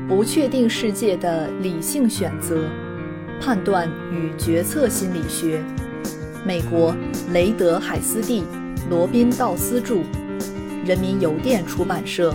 不确定世界的理性选择，判断与决策心理学。美国雷德海斯蒂、罗宾道斯著，人民邮电出版社。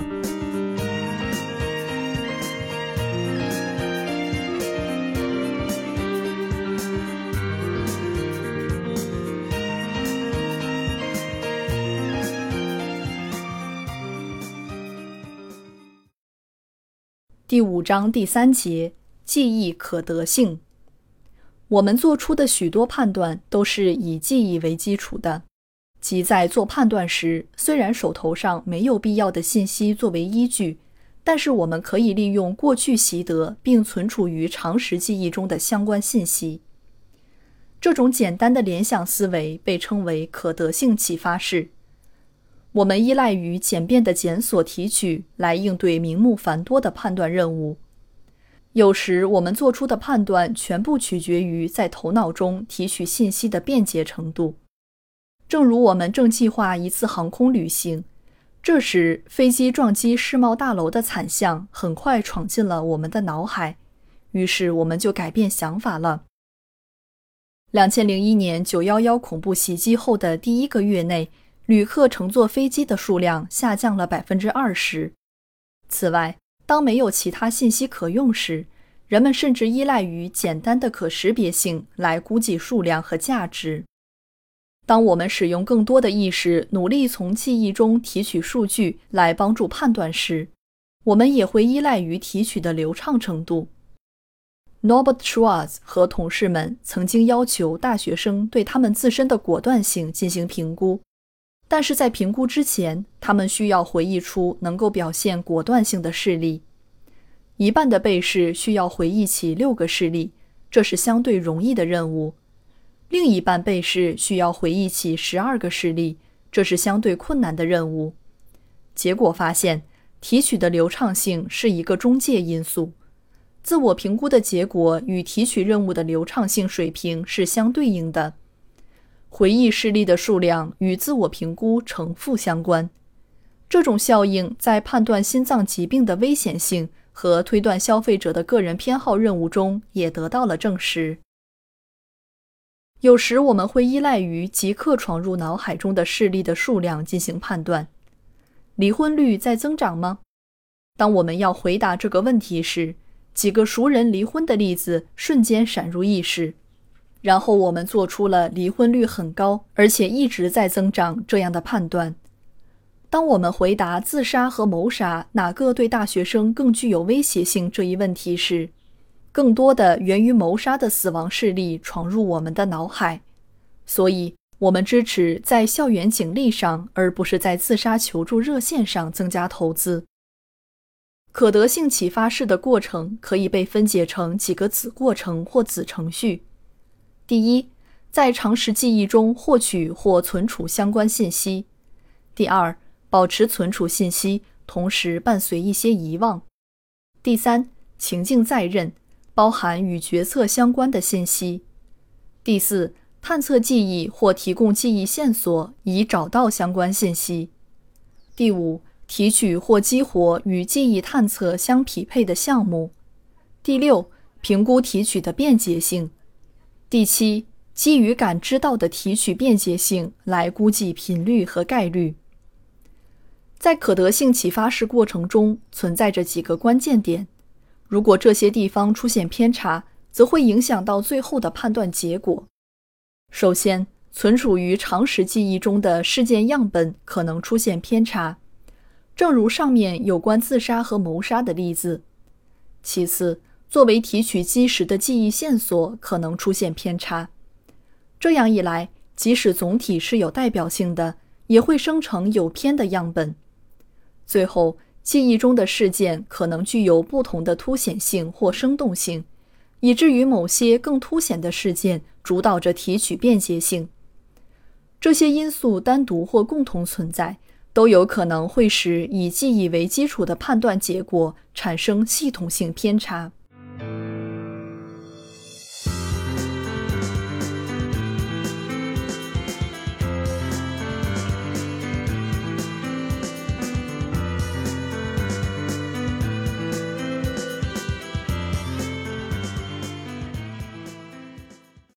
第5章第3节，记忆可得性。我们做出的许多判断都是以记忆为基础的，即在做判断时，虽然手头上没有必要的信息作为依据，但是我们可以利用过去习得并存储于常识记忆中的相关信息。这种简单的联想思维被称为可得性启发式。我们依赖于简便的检索提取来应对名目繁多的判断任务。有时我们做出的判断全部取决于在头脑中提取信息的便捷程度。正如我们正计划一次航空旅行，这时飞机撞击世贸大楼的惨象很快闯进了我们的脑海，于是我们就改变想法了。2001年911恐怖袭击后的第1个月内，旅客乘坐飞机的数量下降了 20%。 此外，当没有其他信息可用时，人们甚至依赖于简单的可识别性来估计数量和价值。当我们使用更多的意识努力从记忆中提取数据来帮助判断时，我们也会依赖于提取的流畅程度。Norbert Schwarz 和同事们曾经要求大学生对他们自身的果断性进行评估，但是在评估之前，他们需要回忆出能够表现果断性的事例。一半的被试需要回忆起6个事例，这是相对容易的任务。另一半被试需要回忆起12个事例，这是相对困难的任务。结果发现，提取的流畅性是一个中介因素。自我评估的结果与提取任务的流畅性水平是相对应的。回忆事例的数量与自我评估呈负相关。这种效应在判断心脏疾病的危险性和推断消费者的个人偏好任务中也得到了证实。有时我们会依赖于即刻闯入脑海中的事例的数量进行判断。离婚率在增长吗？当我们要回答这个问题时，几个熟人离婚的例子瞬间闪入意识，然后我们做出了离婚率很高而且一直在增长这样的判断。当我们回答自杀和谋杀哪个对大学生更具有威胁性这一问题时，更多的源于谋杀的死亡事例闯入我们的脑海，所以我们支持在校园警力上而不是在自杀求助热线上增加投资。可得性启发式的过程可以被分解成几个子过程或子程序。第一，在常识记忆中获取或存储相关信息。第二，保持存储信息，同时伴随一些遗忘。第三，情境再认，包含与决策相关的信息。第四，探测记忆或提供记忆线索以找到相关信息。第五，提取或激活与记忆探测相匹配的项目。第六，评估提取的便捷性。第七，基于感知到的提取便捷性来估计频率和概率。在可得性启发式过程中存在着几个关键点，如果这些地方出现偏差，则会影响到最后的判断结果。首先，存储于常识记忆中的事件样本可能出现偏差，正如上面有关自杀和谋杀的例子。其次，作为提取基石的记忆线索可能出现偏差。这样一来，即使总体是有代表性的，也会生成有偏的样本。最后，记忆中的事件可能具有不同的凸显性或生动性，以至于某些更凸显的事件主导着提取便捷性。这些因素单独或共同存在，都有可能会使以记忆为基础的判断结果产生系统性偏差。